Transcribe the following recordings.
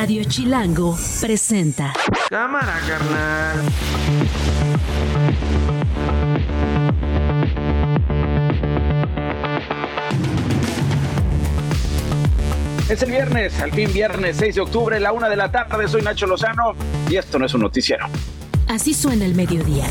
Radio Chilango presenta. Cámara, carnal. Es el viernes, al fin viernes 6 de octubre, la 1 de la tarde. Soy Nacho Lozano y esto no es un noticiero. Así suena el mediodía.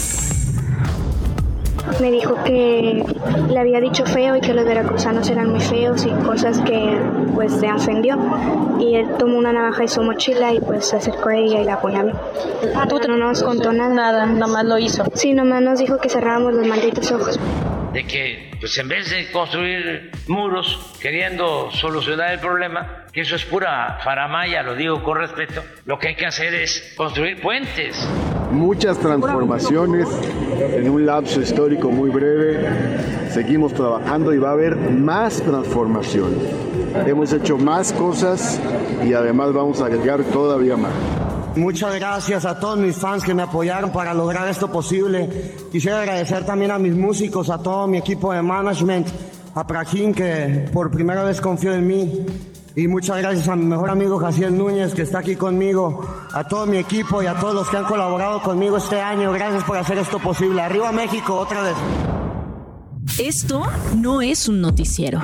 Me dijo que le había dicho feo y que los veracruzanos eran muy feos y cosas que pues se ofendió. Y él tomó una navaja de su mochila y pues se acercó a ella y la apuñaló. No nos contó nada. Nada, nomás lo hizo. Sí, nomás nos dijo que cerráramos los malditos ojos. De que, pues en vez de construir muros queriendo solucionar el problema, que eso es pura faramaya, lo digo con respeto, lo que hay que hacer es construir puentes. Muchas transformaciones en un lapso histórico muy breve. Seguimos trabajando y va a haber más transformación. Hemos hecho más cosas y además vamos a agregar todavía más. Muchas gracias a todos mis fans que me apoyaron para lograr esto posible. Quisiera agradecer también a mis músicos, a todo mi equipo de management, a Prajín que por primera vez confió en mí. Y muchas gracias a mi mejor amigo Jaciel Núñez que está aquí conmigo, a todo mi equipo y a todos los que han colaborado conmigo este año. Gracias por hacer esto posible. ¡Arriba México otra vez! Esto no es un noticiero.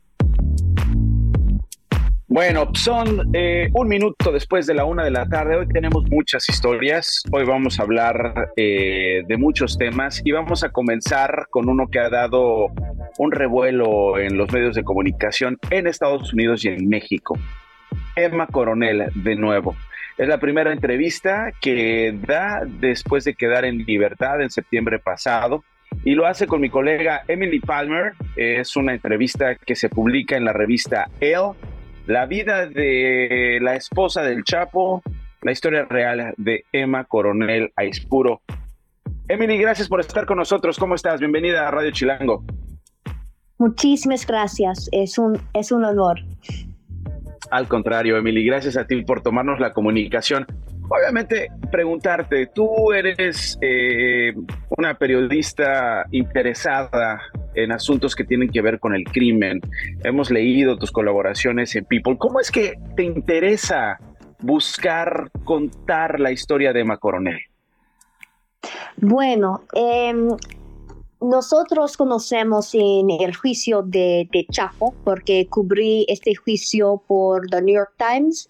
Bueno, son un minuto después de la 1 de la tarde. Hoy tenemos muchas historias. Hoy vamos a hablar de muchos temas y vamos a comenzar con uno que ha dado un revuelo en los medios de comunicación en Estados Unidos y en México. Emma Coronel, de nuevo. Es la primera entrevista que da después de quedar en libertad en septiembre pasado. Y lo hace con mi colega Emily Palmer. Es una entrevista que se publica en la revista Elle. La vida de la esposa del Chapo, la historia real de Emma Coronel Aispuro. Emily, gracias por estar con nosotros. ¿Cómo estás? Bienvenida a Radio Chilango. Muchísimas gracias. Es un honor. Al contrario, Emily, gracias a ti por tomarnos la comunicación. Obviamente, preguntarte, tú eres una periodista interesada en asuntos que tienen que ver con el crimen. Hemos leído tus colaboraciones en People. ¿Cómo es que te interesa buscar contar la historia de Emma Coronel? Bueno, nosotros conocemos en el juicio de Chapo porque cubrí este juicio por The New York Times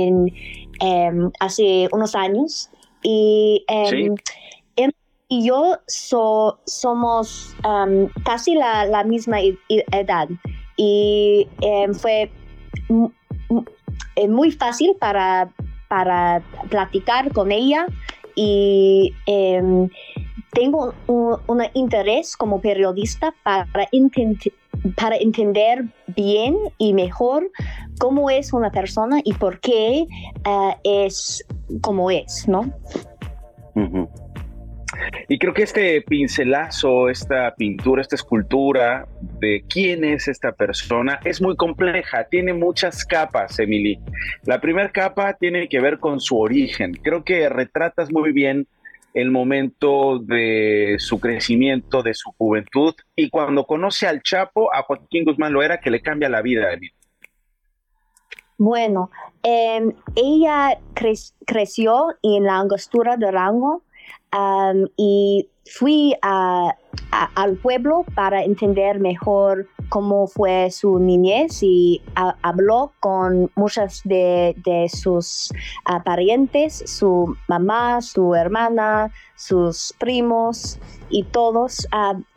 hace unos años y ¿sí? Y yo somos casi la misma edad y fue muy fácil para platicar con ella y tengo un interés como periodista para entender bien y mejor cómo es una persona y por qué es como es, ¿no? Uh-huh. Y creo que este pincelazo, esta pintura, esta escultura de quién es esta persona es muy compleja, tiene muchas capas, Emily. La primera capa tiene que ver con su origen. Creo que retratas muy bien el momento de su crecimiento, de su juventud, y cuando conoce al Chapo, a Joaquín Guzmán Loera, que le cambia la vida, Emily. Bueno, ella creció en la Angostura de Durango. Y fui al pueblo para entender mejor cómo fue su niñez y habló con muchas de sus parientes, su mamá, su hermana, sus primos y todos.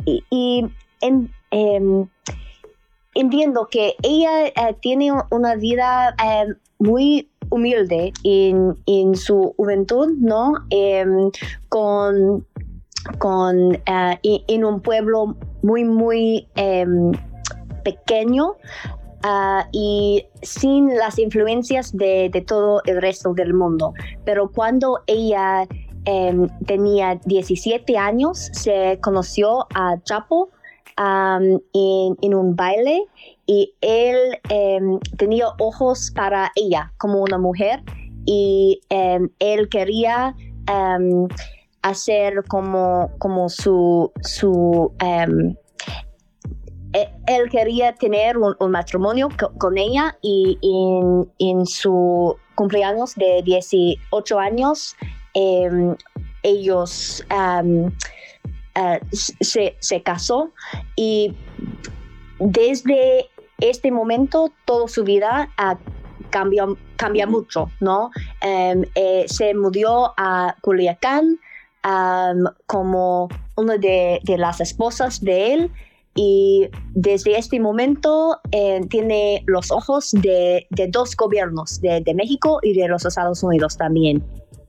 Entiendo que ella tiene una vida muy humilde en su juventud, ¿no? En un pueblo muy pequeño y sin las influencias de todo el resto del mundo. Pero cuando ella tenía 17 años, se conoció a Chapo en un baile y él tenía ojos para ella como una mujer y él quería hacer como su él quería tener un matrimonio con ella y en su cumpleaños de 18 años, ellos se casó, y desde este momento toda su vida cambia mucho, ¿no? Se mudó a Culiacán como una de las esposas de él, y desde este momento tiene los ojos de dos gobiernos, de México y de los Estados Unidos también.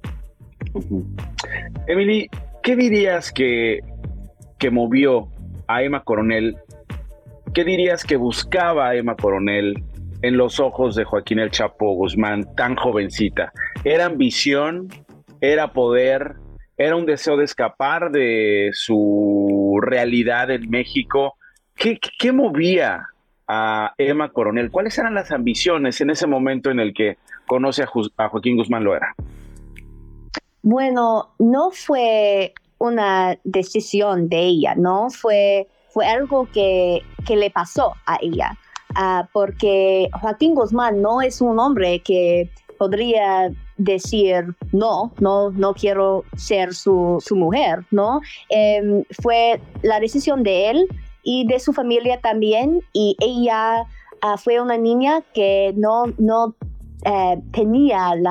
Emily, ¿qué dirías que movió a Emma Coronel? ¿Qué dirías que buscaba Emma Coronel en los ojos de Joaquín El Chapo Guzmán tan jovencita? ¿Era ambición? ¿Era poder? ¿Era un deseo de escapar de su realidad en México? ¿Qué movía a Emma Coronel? ¿Cuáles eran las ambiciones en ese momento en el que conoce a Joaquín Guzmán Loera? Bueno, no fue una decisión de ella, ¿no? Fue algo que le pasó a ella, porque Joaquín Guzmán no es un hombre que podría decir no quiero ser su mujer, ¿no? Fue la decisión de él y de su familia también, y ella fue una niña que no tenía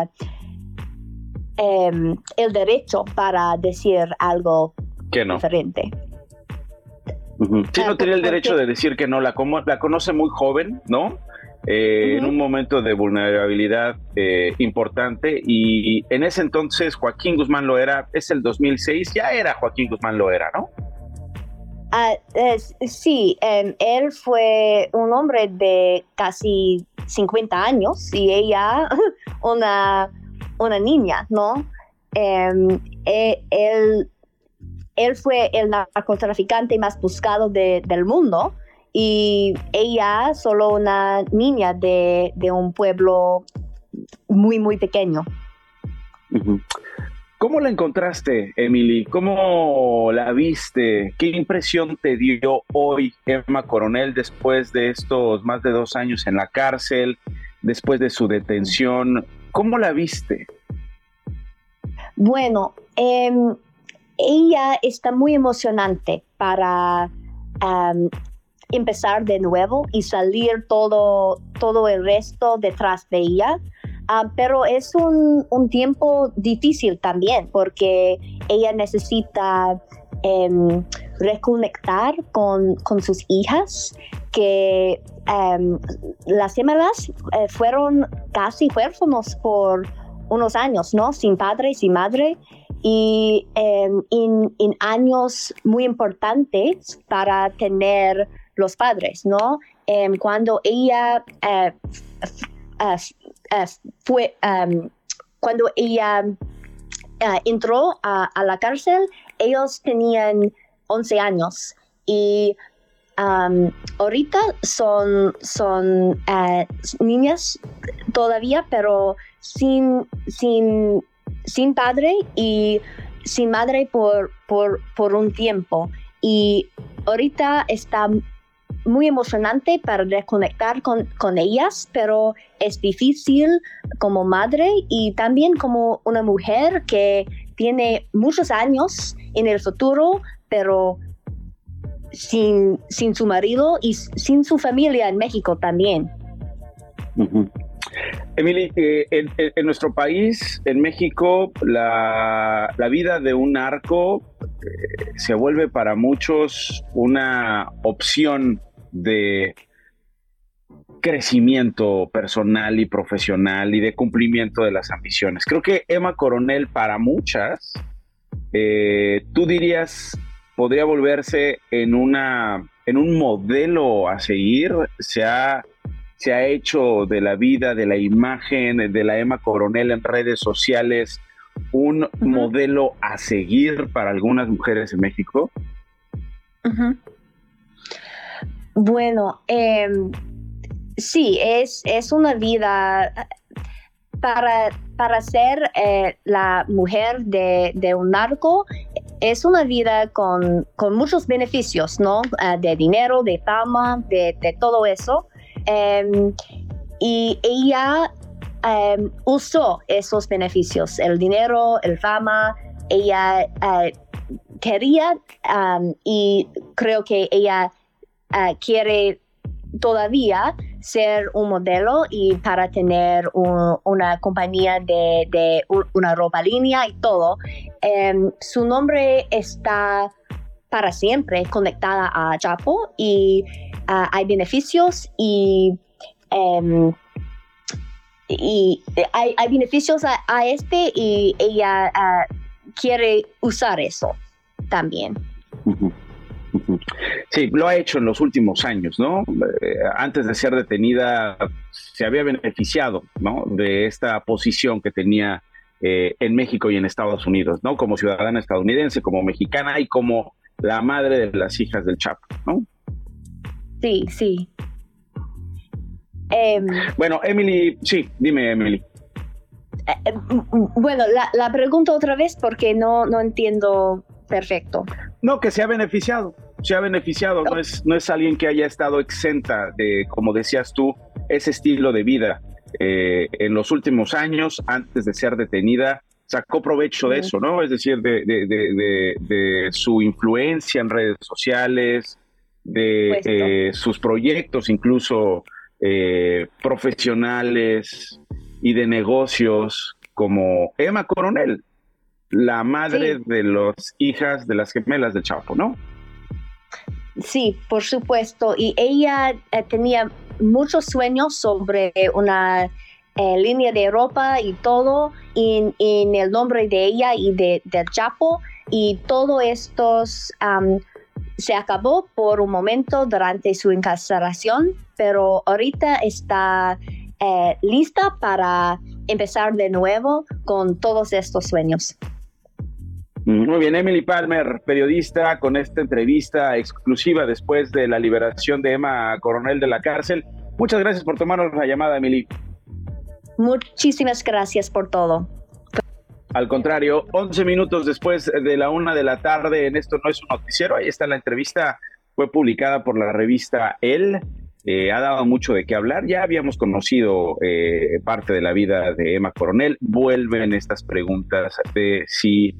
el derecho para decir algo diferente. Sí, no tenía el derecho de decir que no. La conoce muy joven, ¿no? En un momento de vulnerabilidad importante, y en ese entonces Joaquín Guzmán Loera, es el 2006, ya era Joaquín Guzmán Loera, ¿no? Sí, él fue un hombre de casi 50 años y ella una niña, ¿no? Él fue el narcotraficante más buscado del mundo, y ella solo una niña de un pueblo muy, muy pequeño. ¿Cómo la encontraste, Emily? ¿Cómo la viste? ¿Qué impresión te dio hoy Emma Coronel después de estos más de 2 años en la cárcel, después de su detención? ¿Cómo la viste? Bueno, ella está muy emocionante para empezar de nuevo y salir todo el resto detrás de ella. Pero es un tiempo difícil también, porque ella necesita reconectar con sus hijas, que las gemelas fueron casi huérfanos por unos años, ¿no? Sin padre, sin madre, y en años muy importantes para tener los padres, ¿no? Cuando ella cuando ella entró a la cárcel, ellos tenían 11 años, y ahorita son niñas todavía, pero sin padre y sin madre por un tiempo, y ahorita está muy emocionante para reconectar con ellas, pero es difícil como madre y también como una mujer que tiene muchos años en el futuro, pero sin su marido y sin su familia en México también. Emily, en nuestro país, en México, la vida de un narco se vuelve para muchos una opción de crecimiento personal y profesional y de cumplimiento de las ambiciones. Creo que Emma Coronel, para muchas, tú dirías, podría volverse en un modelo a seguir. Se ha hecho de la vida, de la imagen de la Emma Coronel en redes sociales un modelo a seguir para algunas mujeres en México. Bueno, sí, es una vida para ser la mujer de un narco. Es una vida con muchos beneficios, ¿no? De dinero, de fama, de todo eso. Y ella usó esos beneficios, el dinero, el fama. Ella quería y creo que ella quiere todavía ser un modelo y para tener una compañía de una ropa línea y todo. Su nombre está para siempre conectada a Chapo y hay beneficios y hay beneficios a y ella quiere usar eso también. Sí, lo ha hecho en los últimos años, ¿no? Antes de ser detenida, se había beneficiado, ¿no?, de esta posición que tenía en México y en Estados Unidos, ¿no? Como ciudadana estadounidense, como mexicana y como la madre de las hijas del Chapo, ¿no? Sí, sí. Bueno, Emily, sí, dime, Emily. Bueno, la pregunto otra vez porque no entiendo perfecto. No, que se ha beneficiado, no es alguien que haya estado exenta de, como decías tú, ese estilo de vida. En los últimos años, antes de ser detenida, sacó provecho de eso, ¿no? Es decir, de su influencia en redes sociales, de sus proyectos incluso profesionales y de negocios, como Emma Coronel, la madre de las hijas de las gemelas del Chapo, ¿no? Sí, por supuesto. Y ella tenía muchos sueños sobre una línea de ropa y todo en el nombre de ella y del Chapo. Y todo esto se acabó por un momento durante su encarcelación, pero ahorita está lista para empezar de nuevo con todos estos sueños. Muy bien, Emily Palmer, periodista, con esta entrevista exclusiva después de la liberación de Emma Coronel de la cárcel. Muchas gracias por tomarnos la llamada, Emily. Muchísimas gracias por todo. Al contrario, 11 minutos después de la 1 de la tarde, en Esto No Es un Noticiero, ahí está la entrevista, fue publicada por la revista Elle. Ha dado mucho de qué hablar. Ya habíamos conocido parte de la vida de Emma Coronel. Vuelven estas preguntas de si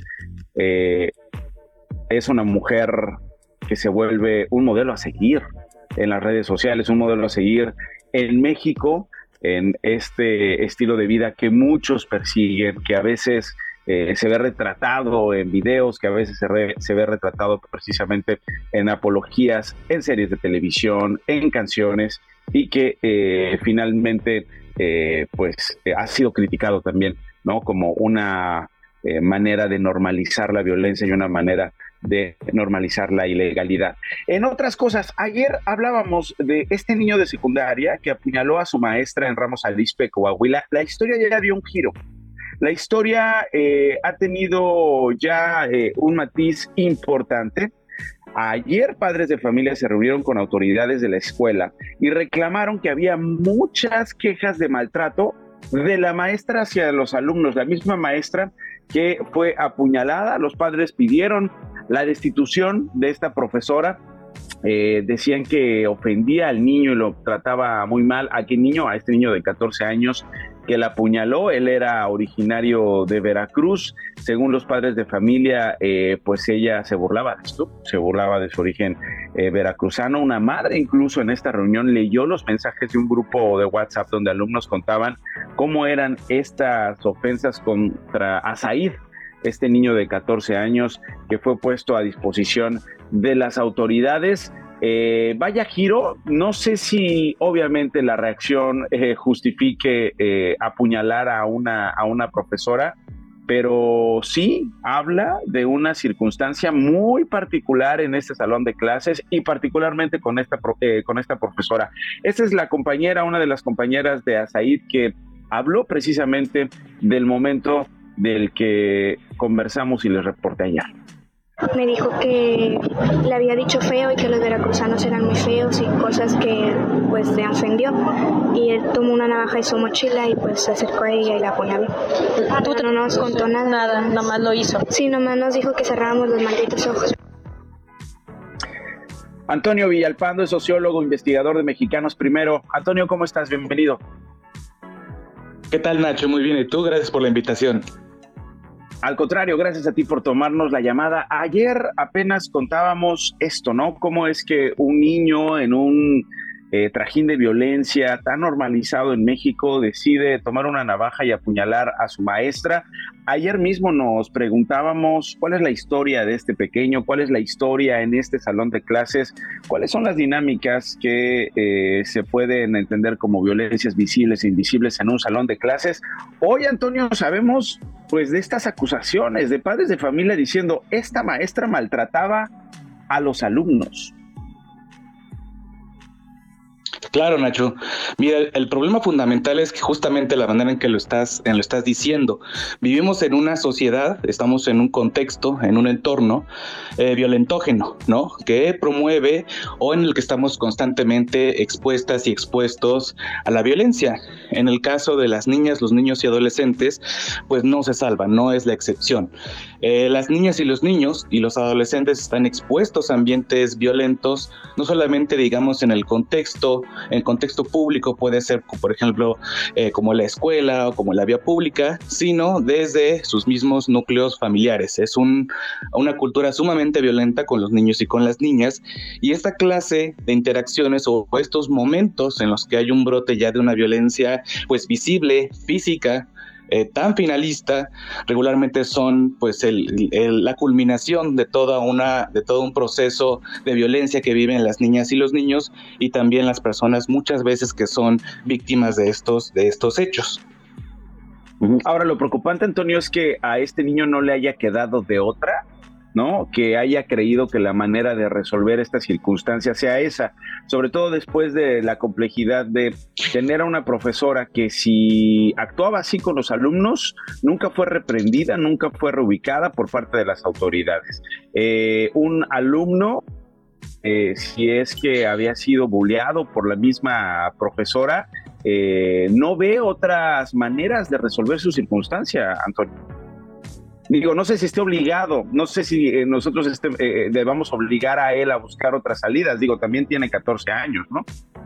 es una mujer que se vuelve un modelo a seguir en las redes sociales, un modelo a seguir en México, en este estilo de vida que muchos persiguen, que a veces se ve retratado en videos, que a veces se ve retratado precisamente en apologías, en series de televisión, en canciones, y que finalmente ha sido criticado también, ¿no?, como una manera de normalizar la violencia y una manera de normalizar la ilegalidad. En otras cosas, ayer hablábamos de este niño de secundaria que apuñaló a su maestra en Ramos Arizpe, Coahuila. La historia ya dio un giro. La historia ha tenido ya un matiz importante. Ayer padres de familia se reunieron con autoridades de la escuela y reclamaron que había muchas quejas de maltrato de la maestra hacia los alumnos, la misma maestra que fue apuñalada. Los padres pidieron la destitución de esta profesora. Decían que ofendía al niño y lo trataba muy mal. ¿A qué niño? A este niño de 14 años que la apuñaló. Él era originario de Veracruz. Según los padres de familia, pues ella se burlaba de esto, se burlaba de su origen veracruzano. Una madre incluso en esta reunión leyó los mensajes de un grupo de WhatsApp donde alumnos contaban cómo eran estas ofensas contra Asaid, este niño de 14 años que fue puesto a disposición de las autoridades. Vaya giro, no sé si obviamente la reacción justifique apuñalar a una profesora, pero sí habla de una circunstancia muy particular en este salón de clases y particularmente con esta profesora. Esta es la compañera, una de las compañeras de Asaid, que habló precisamente del momento del que conversamos y les reporté ayer. Me dijo que le había dicho feo y que los veracruzanos eran muy feos y cosas que pues se ofendió, y él tomó una navaja de su mochila y pues se acercó a ella y la apuñaló. Tú no nos contó nada, nomás lo hizo. Sí, nomás nos dijo que cerráramos los malditos ojos. Antonio Villalpando es sociólogo, investigador de Mexicanos Primero. Antonio, ¿cómo estás? Bienvenido. ¿Qué tal, Nacho? Muy bien, ¿y tú? Gracias por la invitación. Al contrario, gracias a ti por tomarnos la llamada. Ayer apenas contábamos esto, ¿no? Cómo es que un niño en un trajín de violencia tan normalizado en México decide tomar una navaja y apuñalar a su maestra. Ayer mismo nos preguntábamos cuál es la historia de este pequeño, cuál es la historia en este salón de clases, cuáles son las dinámicas que se pueden entender como violencias visibles e invisibles en un salón de clases. Hoy, Antonio, sabemos pues de estas acusaciones de padres de familia diciendo esta maestra maltrataba a los alumnos. Claro, Nacho. Mira, el problema fundamental es que justamente la manera en que lo estás diciendo. Vivimos en una sociedad, estamos en un contexto, en un entorno violentógeno, ¿no? Que promueve o en el que estamos constantemente expuestas y expuestos a la violencia. En el caso de las niñas, los niños y adolescentes, pues no se salvan, no es la excepción. Las niñas y los niños y los adolescentes están expuestos a ambientes violentos, no solamente, digamos, en el contexto público, puede ser, por ejemplo, como la escuela o como la vía pública, sino desde sus mismos núcleos familiares. Es una cultura sumamente violenta con los niños y con las niñas, y esta clase de interacciones o estos momentos en los que hay un brote ya de una violencia pues visible, física, tan finalista, regularmente son pues la culminación de todo un proceso de violencia que viven las niñas y los niños, y también las personas muchas veces que son víctimas de estos hechos. Ahora, lo preocupante, Antonio, es que a este niño no le haya quedado de otra, ¿no? Que haya creído que la manera de resolver esta circunstancia sea esa, sobre todo después de la complejidad de tener a una profesora que, si actuaba así con los alumnos, nunca fue reprendida, nunca fue reubicada por parte de las autoridades. Un alumno, si es que había sido bulleado por la misma profesora, no ve otras maneras de resolver su circunstancia, Antonio. Digo, no sé si esté obligado, no sé si nosotros debamos obligar a él a buscar otras salidas. Digo, también tiene 14 años, ¿no?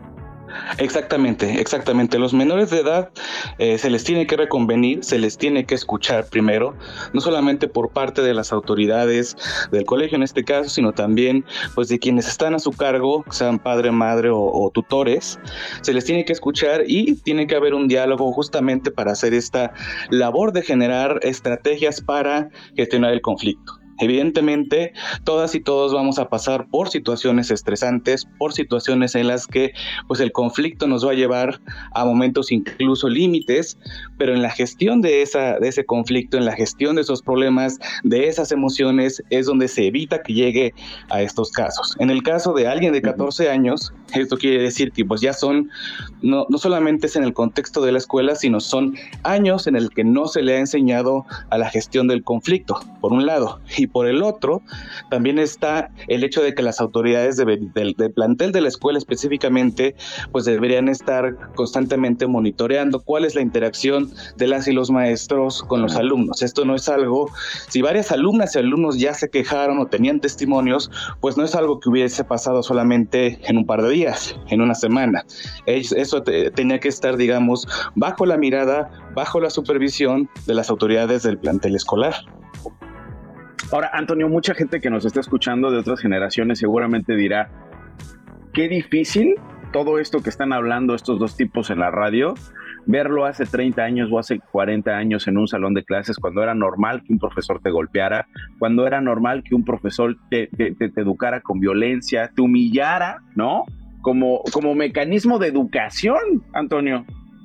Exactamente. Los menores de edad se les tiene que reconvenir, se les tiene que escuchar primero, no solamente por parte de las autoridades del colegio en este caso, sino también pues de quienes están a su cargo, sean padre, madre o tutores. Se les tiene que escuchar y tiene que haber un diálogo justamente para hacer esta labor de generar estrategias para gestionar el conflicto. Evidentemente, todas y todos vamos a pasar por situaciones estresantes, por situaciones en las que pues el conflicto nos va a llevar a momentos incluso límites, pero en la gestión de ese conflicto, en la gestión de esos problemas, de esas emociones, es donde se evita que llegue a estos casos. En el caso de alguien de 14 años, esto quiere decir que pues ya son, no solamente es en el contexto de la escuela, sino son años en el que no se le ha enseñado a la gestión del conflicto, por un lado. Y por el otro, también está el hecho de que las autoridades del plantel de la escuela específicamente, pues deberían estar constantemente monitoreando cuál es la interacción de las y los maestros con los alumnos. Esto no es algo, si varias alumnas y alumnos ya se quejaron o tenían testimonios, pues no es algo que hubiese pasado solamente en un par de días, en una semana. Eso tenía que estar, digamos, bajo la mirada, bajo la supervisión de las autoridades del plantel escolar. Ahora, Antonio, mucha gente que nos está escuchando de otras generaciones seguramente dirá, qué difícil todo esto que están hablando estos dos tipos en la radio, verlo hace 30 años o hace 40 años en un salón de clases, cuando era normal que un profesor te golpeara, cuando era normal que un profesor te educara con violencia, te humillara, ¿no? Como mecanismo de educación, Antonio.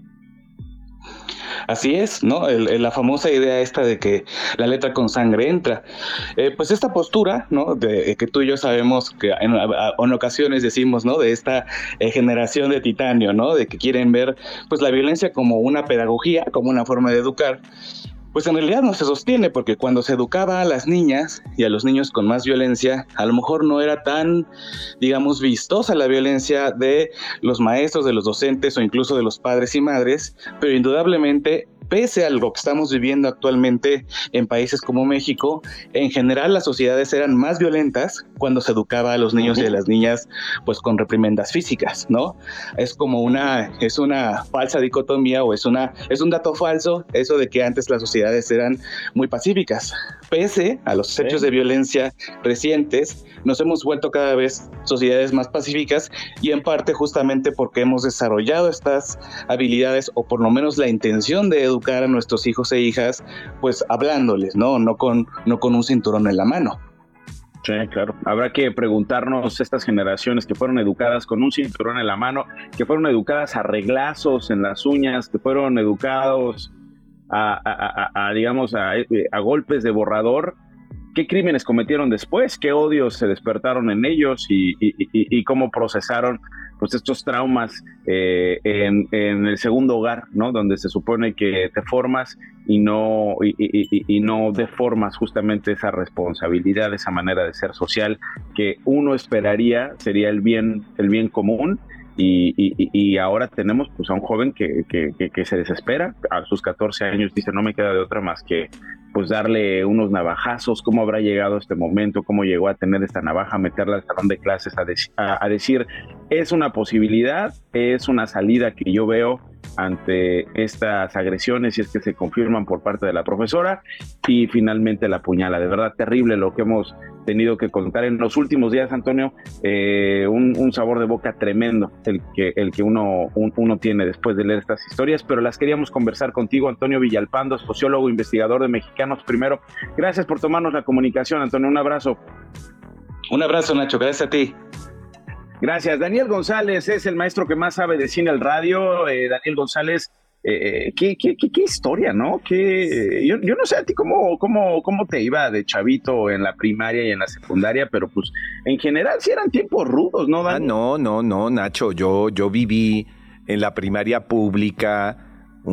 Así es, ¿no? La famosa idea esta de que la letra con sangre entra. Pues esta postura, ¿no? De que tú y yo sabemos que en ocasiones decimos, ¿no? De esta generación de titanio, ¿no? De que quieren ver pues la violencia como una pedagogía, como una forma de educar. Pues en realidad no se sostiene, porque cuando se educaba a las niñas y a los niños con más violencia, a lo mejor no era tan, digamos, vistosa la violencia de los maestros, de los docentes o incluso de los padres y madres, pero indudablemente pese a lo que estamos viviendo actualmente en países como México, en general las sociedades eran más violentas cuando se educaba a los niños y a las niñas pues con reprimendas físicas, ¿no? Es una falsa dicotomía o es un dato falso eso de que antes las sociedades eran muy pacíficas. Pese a los hechos de violencia recientes, nos hemos vuelto cada vez sociedades más pacíficas y en parte justamente porque hemos desarrollado estas habilidades o por lo menos la intención de educar a nuestros hijos e hijas, pues hablándoles, no con un cinturón en la mano. Sí, claro. Habrá que preguntarnos estas generaciones que fueron educadas con un cinturón en la mano, que fueron educadas a reglazos en las uñas, que fueron educados a golpes de borrador, ¿qué crímenes cometieron después? ¿Qué odios se despertaron en ellos y cómo procesaron pues estos traumas en el segundo hogar, ¿no? Donde se supone que te formas y no deformas justamente esa responsabilidad, esa manera de ser social que uno esperaría sería el bien común. Y ahora tenemos pues a un joven que se desespera a sus 14 años, dice no me queda de otra más que pues darle unos navajazos. ¿Cómo habrá llegado a este momento? ¿Cómo llegó a tener esta navaja, meterla al salón de clases a decir es una posibilidad, es una salida que yo veo ante estas agresiones si es que se confirman por parte de la profesora y finalmente la apuñala? De verdad terrible lo que hemos tenido que contar en los últimos días, Antonio. Un sabor de boca tremendo el que uno tiene después de leer estas historias, pero las queríamos conversar contigo, Antonio Villalpando, sociólogo, investigador de Mexicanos Primero. Gracias por tomarnos la comunicación, Antonio, un abrazo. Un abrazo, Nacho, gracias a ti. Gracias. Daniel González es el maestro que más sabe de cine al radio. Daniel González, qué historia, ¿no? Yo no sé a ti cómo te iba de chavito en la primaria y en la secundaria, pero pues en general sí eran tiempos rudos, ¿no, Dani? No, Nacho, yo viví en la primaria pública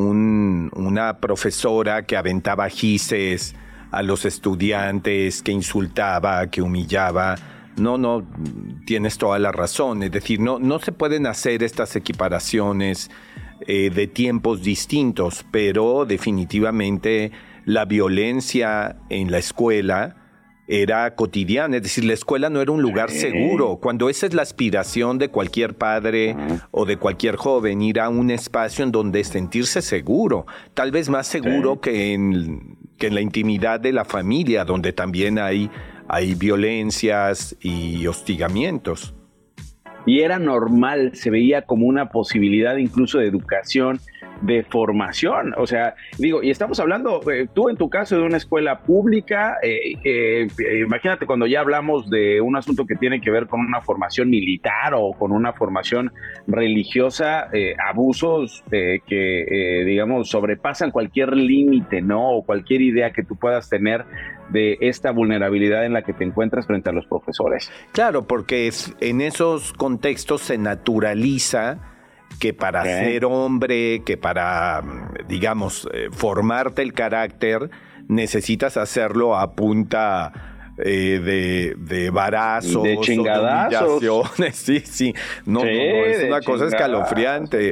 una profesora que aventaba gises a los estudiantes, que insultaba, que humillaba. No, tienes toda la razón. Es decir, no se pueden hacer estas equiparaciones de tiempos distintos, pero definitivamente la violencia en la escuela era cotidiana. Es decir, la escuela no era un lugar seguro. Cuando esa es la aspiración de cualquier padre o de cualquier joven, ir a un espacio en donde sentirse seguro, tal vez más seguro que en la intimidad de la familia, donde también hay violencias y hostigamientos. Y era normal, se veía como una posibilidad incluso de educación, de formación. O sea, digo, y estamos hablando, tú en tu caso de una escuela pública, imagínate cuando ya hablamos de un asunto que tiene que ver con una formación militar o con una formación religiosa, abusos que digamos sobrepasan cualquier límite, ¿no? O cualquier idea que tú puedas tener de esta vulnerabilidad en la que te encuentras frente a los profesores. Claro, porque en esos contextos se naturaliza que para ser hombre, que para, digamos, formarte el carácter, necesitas hacerlo a punta de varazos, de chingadazos, de humillaciones. Sí. No, es una cosa escalofriante,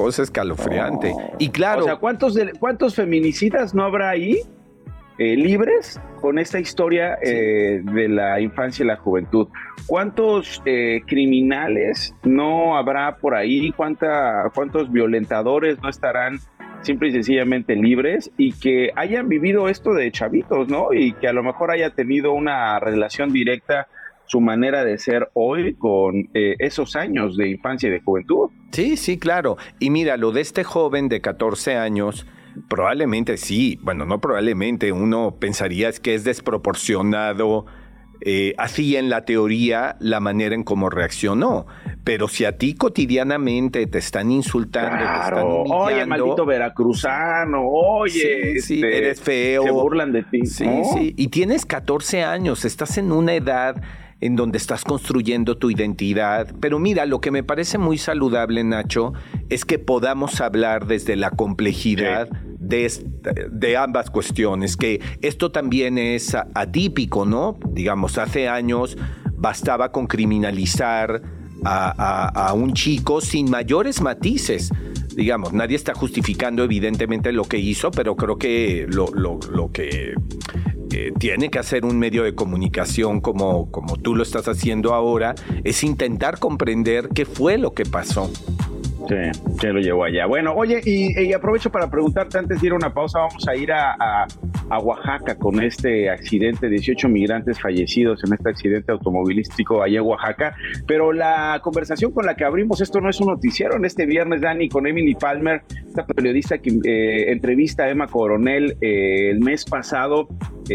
Y claro, o sea, ¿cuántos feminicidas no habrá ahí libres con esta historia de la infancia y la juventud? ¿Cuántos criminales no habrá por ahí? ¿Cuántos violentadores no estarán simple y sencillamente libres y que hayan vivido esto de chavitos, ¿no? Y que a lo mejor haya tenido una relación directa su manera de ser hoy con esos años de infancia y de juventud. Sí, claro. Y mira, lo de este joven de 14 años... Probablemente sí, bueno, no probablemente, uno pensaría que es desproporcionado, así en la teoría, la manera en cómo reaccionó. Pero si a ti cotidianamente te están insultando, te están humillando... Oye, maldito veracruzano, oye... Sí, eres feo. Se burlan de ti. Sí, y tienes 14 años, estás en una edad en donde estás construyendo tu identidad. Pero mira, lo que me parece muy saludable, Nacho, es que podamos hablar desde la complejidad de ambas cuestiones, que esto también es atípico, ¿no? Digamos, hace años bastaba con criminalizar a un chico sin mayores matices. digamos, nadie está justificando evidentemente lo que hizo, pero creo que lo que tiene que hacer un medio de comunicación como tú lo estás haciendo ahora es intentar comprender qué fue lo que pasó. Sí, que lo llevó allá. Bueno, oye, y aprovecho para preguntarte antes de ir a una pausa, vamos a ir a Oaxaca con este accidente, 18 migrantes fallecidos en este accidente automovilístico allá en Oaxaca, pero la conversación con la que abrimos esto no es un noticiero. En este viernes, Dani, con Emily Palmer, esta periodista que entrevista a Emma Coronel el mes pasado,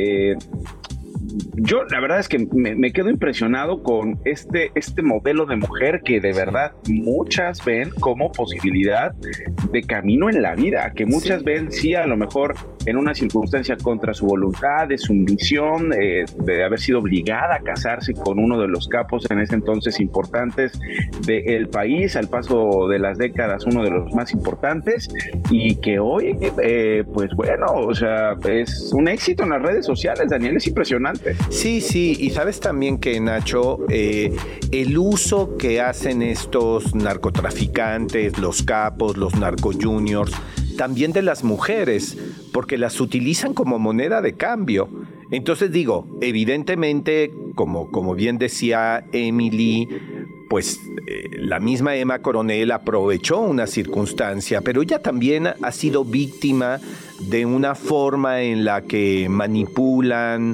yo la verdad es que me quedo impresionado con este modelo de mujer que de verdad muchas ven como posibilidad de camino en la vida, que muchas ven sí a lo mejor en una circunstancia contra su voluntad, de sumisión, de haber sido obligada a casarse con uno de los capos en ese entonces importantes del país, al paso de las décadas uno de los más importantes, y que hoy pues bueno, o sea, es un éxito en las redes sociales, Daniel, es impresionante. Sí, y sabes también que, Nacho, el uso que hacen estos narcotraficantes, los capos, los narcojuniors, también de las mujeres, porque las utilizan como moneda de cambio. Entonces digo, evidentemente, como bien decía Emily, pues la misma Emma Coronel aprovechó una circunstancia, pero ella también ha sido víctima de una forma en la que manipulan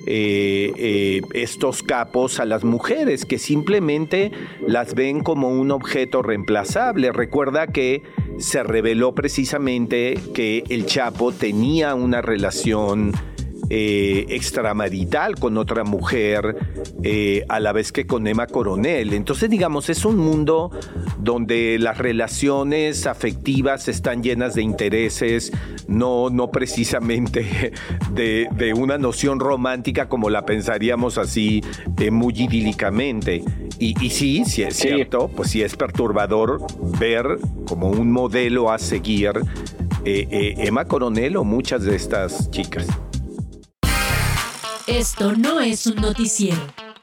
estos capos a las mujeres, que simplemente las ven como un objeto reemplazable. Recuerda que se reveló precisamente que el Chapo tenía una relación extramarital con otra mujer, a la vez que con Emma Coronel. Entonces, digamos, es un mundo donde las relaciones afectivas están llenas de intereses, no precisamente de una noción romántica como la pensaríamos así muy idílicamente. Y sí es cierto, pues sí es perturbador ver como un modelo a seguir Emma Coronel o muchas de estas chicas. Esto no es un noticiero.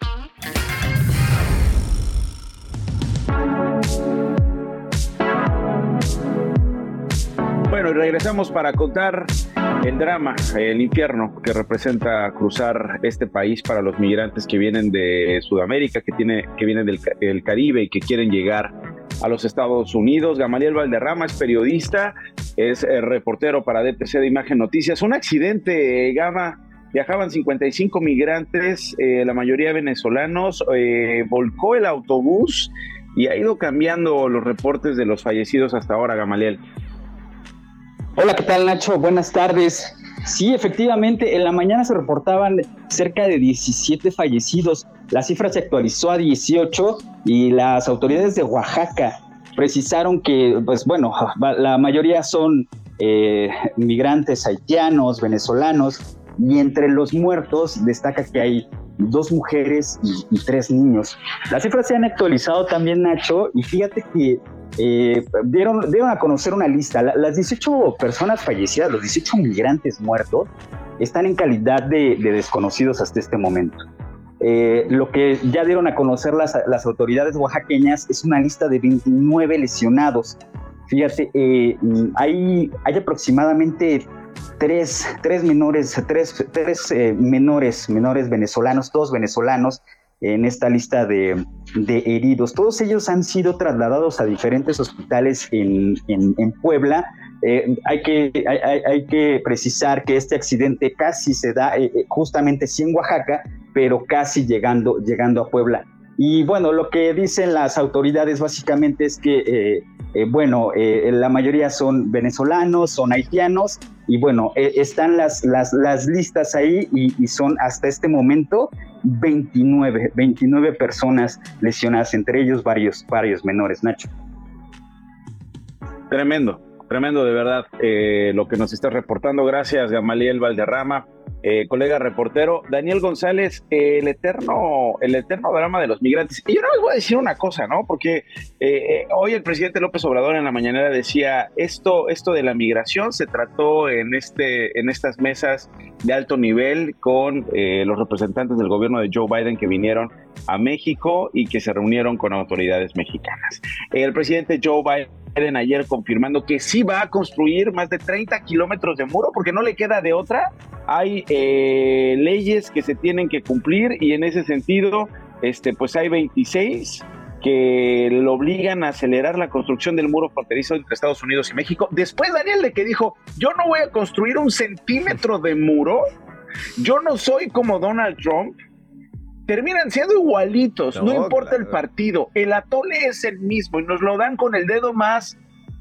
Bueno, y regresamos para contar el drama, el infierno que representa cruzar este país para los migrantes que vienen de Sudamérica, que vienen del Caribe y que quieren llegar a los Estados Unidos. Gamaliel Valderrama es periodista, es reportero para DPC de Imagen Noticias. Un accidente, Gama. Viajaban 55 migrantes, la mayoría venezolanos, volcó el autobús y ha ido cambiando los reportes de los fallecidos hasta ahora, Gamaliel. Hola, ¿qué tal, Nacho? Buenas tardes. Sí, efectivamente, en la mañana se reportaban cerca de 17 fallecidos. La cifra se actualizó a 18 y las autoridades de Oaxaca precisaron que, pues bueno, la mayoría son migrantes haitianos, venezolanos, y entre los muertos destaca que hay 2 mujeres y 3 niños. Las cifras se han actualizado también, Nacho, y fíjate que dieron a conocer una lista. Las 18 personas fallecidas, los 18 migrantes muertos, están en calidad de desconocidos hasta este momento. Lo que ya dieron a conocer las autoridades oaxaqueñas es una lista de 29 lesionados. Fíjate, hay aproximadamente tres menores venezolanos, 2 venezolanos en esta lista de heridos. Todos ellos han sido trasladados a diferentes hospitales en Puebla. Hay que precisar que este accidente casi se da justamente sí en Oaxaca, pero casi llegando a Puebla. Y bueno, lo que dicen las autoridades básicamente es que la mayoría son venezolanos, son haitianos, y bueno, están las listas ahí y son hasta este momento 29 personas lesionadas, entre ellos varios menores, Nacho. Tremendo de verdad lo que nos estás reportando. Gracias, Gamaliel Valderrama. Colega reportero. Daniel González, el eterno drama de los migrantes. Y yo no les voy a decir una cosa, ¿no? Porque hoy el presidente López Obrador en la mañanera decía, esto de la migración se trató en estas mesas de alto nivel con los representantes del gobierno de Joe Biden que vinieron a México y que se reunieron con autoridades mexicanas. El presidente Joe Biden Biden ayer confirmando que sí va a construir más de 30 kilómetros de muro, porque no le queda de otra. Hay leyes que se tienen que cumplir y en ese sentido, pues hay 26 que lo obligan a acelerar la construcción del muro fronterizo entre Estados Unidos y México. Después, Daniel, de que dijo, yo no voy a construir 1 centímetro de muro, yo no soy como Donald Trump, terminan siendo igualitos, no importa claro. El partido, el atole es el mismo y nos lo dan con el dedo más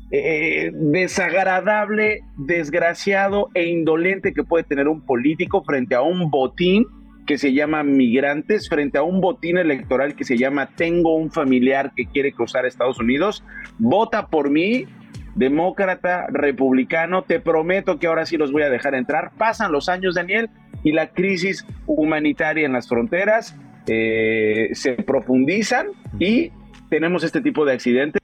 desagradable, desgraciado e indolente que puede tener un político frente a un botín que se llama migrantes, frente a un botín electoral que se llama tengo un familiar que quiere cruzar a Estados Unidos, vota por mí, demócrata, republicano, te prometo que ahora sí los voy a dejar entrar. Pasan los años, Daniel, y la crisis humanitaria en las fronteras se profundizan y tenemos este tipo de accidentes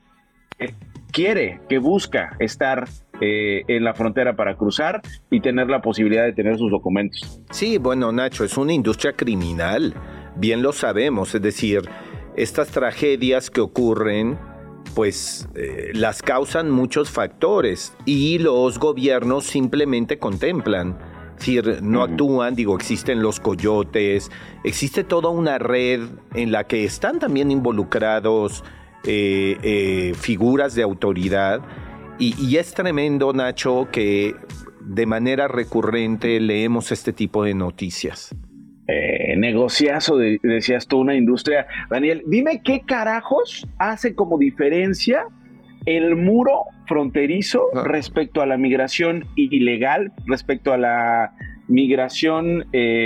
que busca estar en la frontera para cruzar y tener la posibilidad de tener sus documentos. Sí, bueno, Nacho, es una industria criminal, bien lo sabemos, es decir, estas tragedias que ocurren, pues las causan muchos factores y los gobiernos simplemente contemplan, es decir, no actúan, existen los coyotes, existe toda una red en la que están también involucrados figuras de autoridad y es tremendo, Nacho, que de manera recurrente leemos este tipo de noticias. Negociazo, decías tú, una industria. Daniel, dime qué carajos hace como diferencia el muro fronterizo respecto a la migración ilegal, respecto a la migración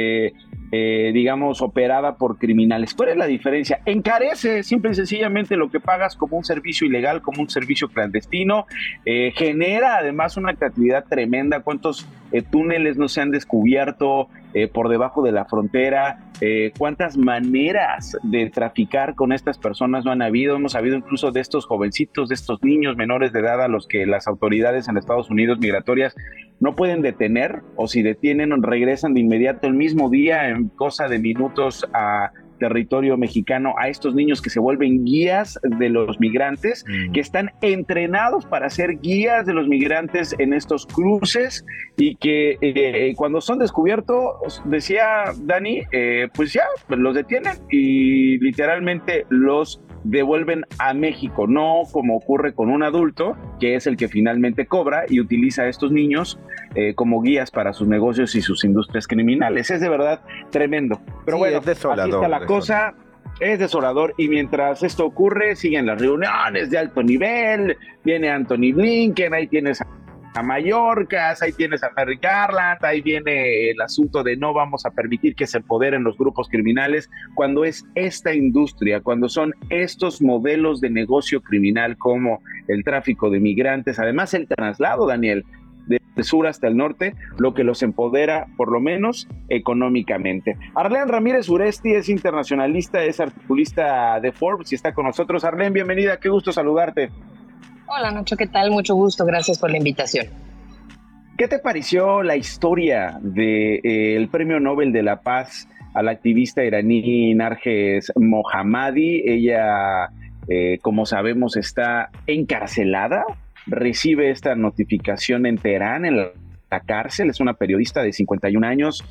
digamos, operada por criminales. ¿Cuál es la diferencia? Encarece simple y sencillamente lo que pagas como un servicio ilegal, como un servicio clandestino, genera además una creatividad tremenda. ¿Cuántos túneles no se han descubierto por debajo de la frontera? ¿Cuántas maneras de traficar con estas personas no han habido? Hemos sabido incluso de estos jovencitos, de estos niños menores de edad a los que las autoridades en Estados Unidos migratorias no pueden detener, o si detienen regresan de inmediato el mismo día en cosa de minutos a territorio mexicano, a estos niños que se vuelven guías de los migrantes, que están entrenados para ser guías de los migrantes en estos cruces y que cuando son descubiertos, decía Dani, pues ya los detienen y literalmente los devuelven a México, no como ocurre con un adulto, que es el que finalmente cobra y utiliza a estos niños como guías para sus negocios y sus industrias criminales. Es de verdad tremendo. Pero sí, bueno, así está la cosa. Es desolador y mientras esto ocurre siguen las reuniones de alto nivel, viene Anthony Blinken, ahí tienes a Mallorca, ahí tienes a Merrick Garland, ahí viene el asunto de no vamos a permitir que se empoderen los grupos criminales, cuando es esta industria, cuando son estos modelos de negocio criminal como el tráfico de migrantes, además el traslado, Daniel, de sur hasta el norte, lo que los empodera, por lo menos económicamente. Arlene Ramírez Uresti es internacionalista, es articulista de Forbes y está con nosotros. Arlene, bienvenida, qué gusto saludarte. Hola Nacho, ¿qué tal? Mucho gusto, gracias por la invitación. ¿Qué te pareció la historia del Premio Nobel de la Paz a la activista iraní Narges Mohammadi? Ella, como sabemos, está encarcelada, recibe esta notificación en Teherán, en la cárcel. Es una periodista de 51 años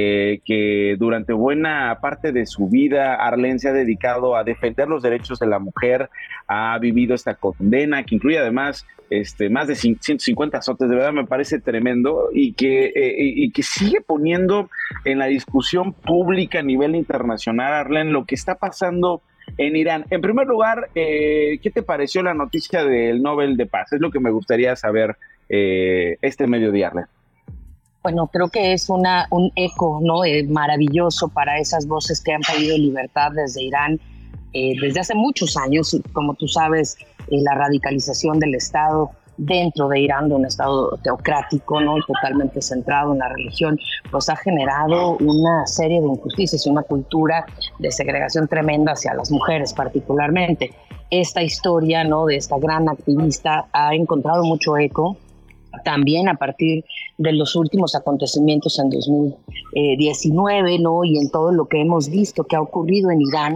que durante buena parte de su vida, Arlene, se ha dedicado a defender los derechos de la mujer, ha vivido esta condena que incluye además más de 150 azotes. De verdad me parece tremendo y que sigue poniendo en la discusión pública a nivel internacional, Arlene, lo que está pasando en Irán. En primer lugar, ¿qué te pareció la noticia del Nobel de Paz? Es lo que me gustaría saber este mediodía, Arlene. Bueno, creo que es un eco, ¿no? Maravilloso para esas voces que han pedido libertad desde Irán desde hace muchos años. Como tú sabes, la radicalización del Estado dentro de Irán, de un Estado teocrático, ¿no? Totalmente centrado en la religión, pues ha generado una serie de injusticias y una cultura de segregación tremenda hacia las mujeres particularmente. Esta historia, ¿no?, de esta gran activista ha encontrado mucho eco también a partir de los últimos acontecimientos en 2019, ¿no?, y en todo lo que hemos visto que ha ocurrido en Irán,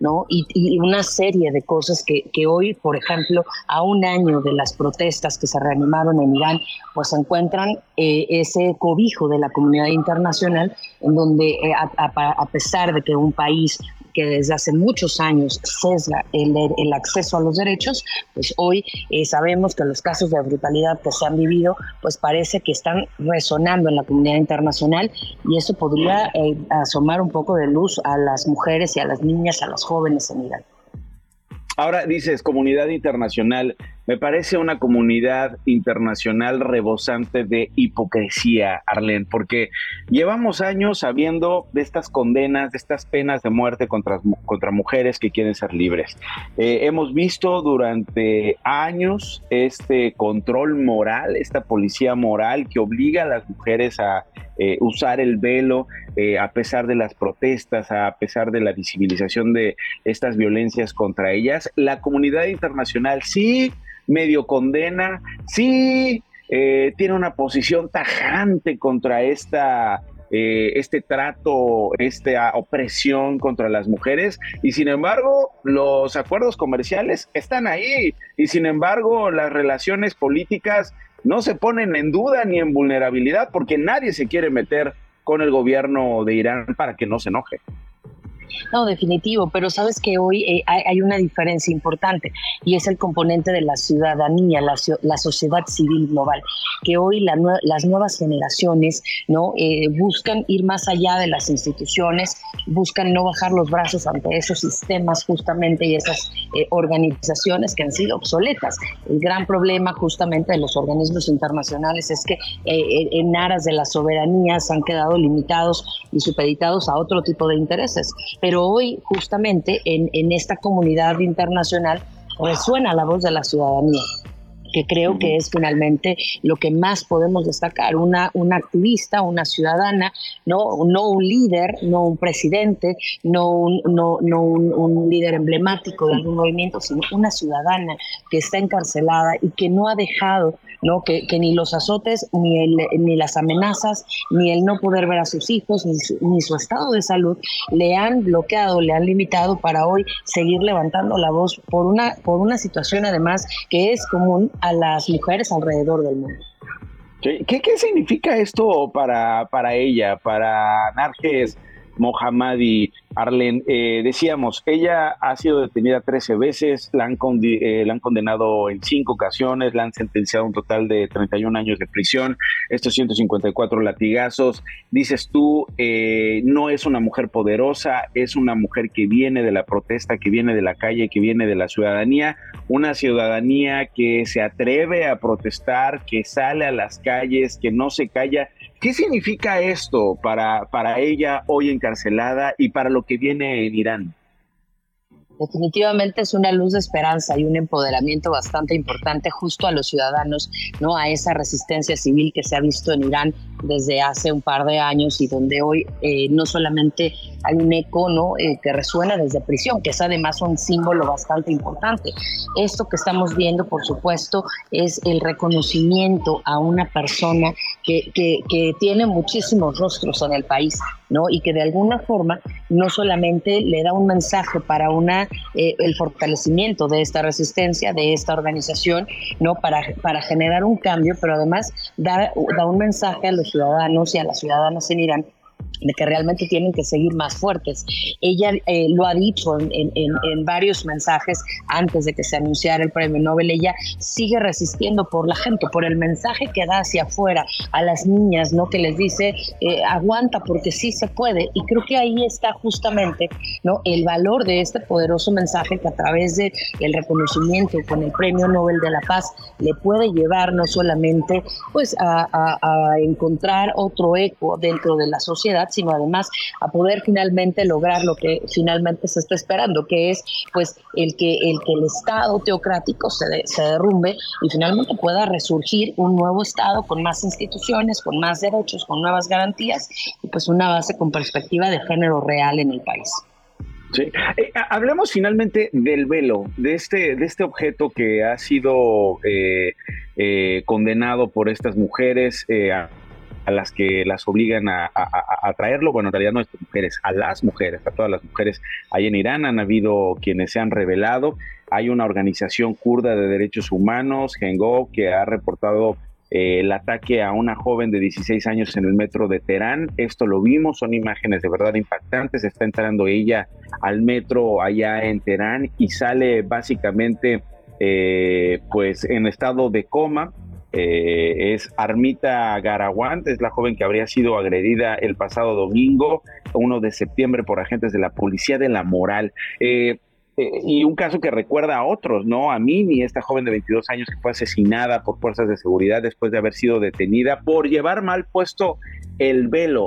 ¿no? Y una serie de cosas que hoy, por ejemplo, a un año de las protestas que se reanimaron en Irán, pues encuentran ese cobijo de la comunidad internacional, en donde a pesar de que un país que desde hace muchos años sesga el acceso a los derechos, pues hoy sabemos que los casos de brutalidad que se han vivido, pues parece que están resonando en la comunidad internacional, y eso podría asomar un poco de luz a las mujeres y a las niñas, a las jóvenes en Irán. Ahora dices comunidad internacional, me parece una comunidad internacional rebosante de hipocresía, Arlene, porque llevamos años sabiendo de estas condenas, de estas penas de muerte contra mujeres que quieren ser libres. Hemos visto durante años este control moral, esta policía moral que obliga a las mujeres a usar el velo, a pesar de las protestas, a pesar de la visibilización de estas violencias contra ellas. La comunidad internacional sí medio condena, sí tiene una posición tajante contra este trato, esta opresión contra las mujeres, y sin embargo los acuerdos comerciales están ahí, y sin embargo las relaciones políticas no se ponen en duda ni en vulnerabilidad, porque nadie se quiere meter con el gobierno de Irán para que no se enoje. No, definitivo, pero sabes que hoy hay una diferencia importante, y es el componente de la ciudadanía, la sociedad civil global, que hoy las nuevas generaciones, ¿no? Buscan ir más allá de las instituciones, buscan no bajar los brazos ante esos sistemas justamente y esas organizaciones que han sido obsoletas. El gran problema justamente de los organismos internacionales es que en aras de la soberanía se han quedado limitados y supeditados a otro tipo de intereses. Pero hoy, justamente, en esta comunidad internacional resuena la voz de la ciudadanía, que creo que es finalmente lo que más podemos destacar, una activista, una ciudadana, no un líder, no un presidente, no un líder emblemático de algún movimiento, sino una ciudadana que está encarcelada y que no ha dejado, ¿no? que ni los azotes, ni las amenazas, ni el no poder ver a sus hijos, ni su estado de salud le han bloqueado, le han limitado para hoy seguir levantando la voz por una situación además que es común a las mujeres alrededor del mundo. ¿Qué significa esto para ella, para Narges Mohammadi, Arlene? Decíamos, ella ha sido detenida 13 veces, la han condenado en 5 ocasiones, la han sentenciado un total de 31 años de prisión, estos 154 latigazos. Dices tú, no es una mujer poderosa, es una mujer que viene de la protesta, que viene de la calle, que viene de la ciudadanía, una ciudadanía que se atreve a protestar, que sale a las calles, que no se calla. ¿Qué significa esto para ella hoy encarcelada y para lo que viene en Irán? Definitivamente es una luz de esperanza y un empoderamiento bastante importante justo a los ciudadanos, ¿no? A esa resistencia civil que se ha visto en Irán desde hace un par de años, y donde hoy no solamente hay un eco, ¿no? Que resuena desde prisión, que es además un símbolo bastante importante. Esto que estamos viendo, por supuesto, es el reconocimiento a una persona que tiene muchísimos rostros en el país, ¿no? Y que de alguna forma no solamente le da un mensaje para el fortalecimiento de esta resistencia, de esta organización, ¿no? Para generar un cambio, pero además da un mensaje a los ciudadanos y a las ciudadanas en Irán de que realmente tienen que seguir más fuertes. Ella lo ha dicho en varios mensajes antes de que se anunciara el premio Nobel. Ella sigue resistiendo por la gente, por el mensaje que da hacia afuera a las niñas, ¿no? Que les dice, aguanta porque sí se puede. Y creo que ahí está justamente, ¿no? El valor de este poderoso mensaje que a través de el reconocimiento con el premio Nobel de la Paz le puede llevar no solamente pues a encontrar otro eco dentro de la sociedad, sino además a poder finalmente lograr lo que finalmente se está esperando, que es pues el que el Estado teocrático se derrumbe y finalmente pueda resurgir un nuevo Estado con más instituciones, con más derechos, con nuevas garantías y pues una base con perspectiva de género real en el país. Sí. Hablemos finalmente del velo, de este objeto que ha sido condenado por estas mujeres a las que las obligan a traerlo. Bueno, en realidad no a estas mujeres, a las mujeres, a todas las mujeres ahí en Irán. Han habido quienes se han rebelado. Hay una organización kurda de derechos humanos, Gengov, que ha reportado el ataque a una joven de 16 años en el metro de Teherán. Esto lo vimos, son imágenes de verdad impactantes. Está entrando ella al metro allá en Teherán y sale básicamente pues en estado de coma. Es Armita Garawand, es la joven que habría sido agredida el pasado domingo, 1 de septiembre, por agentes de la Policía de la Moral. Y un caso que recuerda a otros, ¿no? A Mini, esta joven de 22 años que fue asesinada por fuerzas de seguridad después de haber sido detenida por llevar mal puesto el velo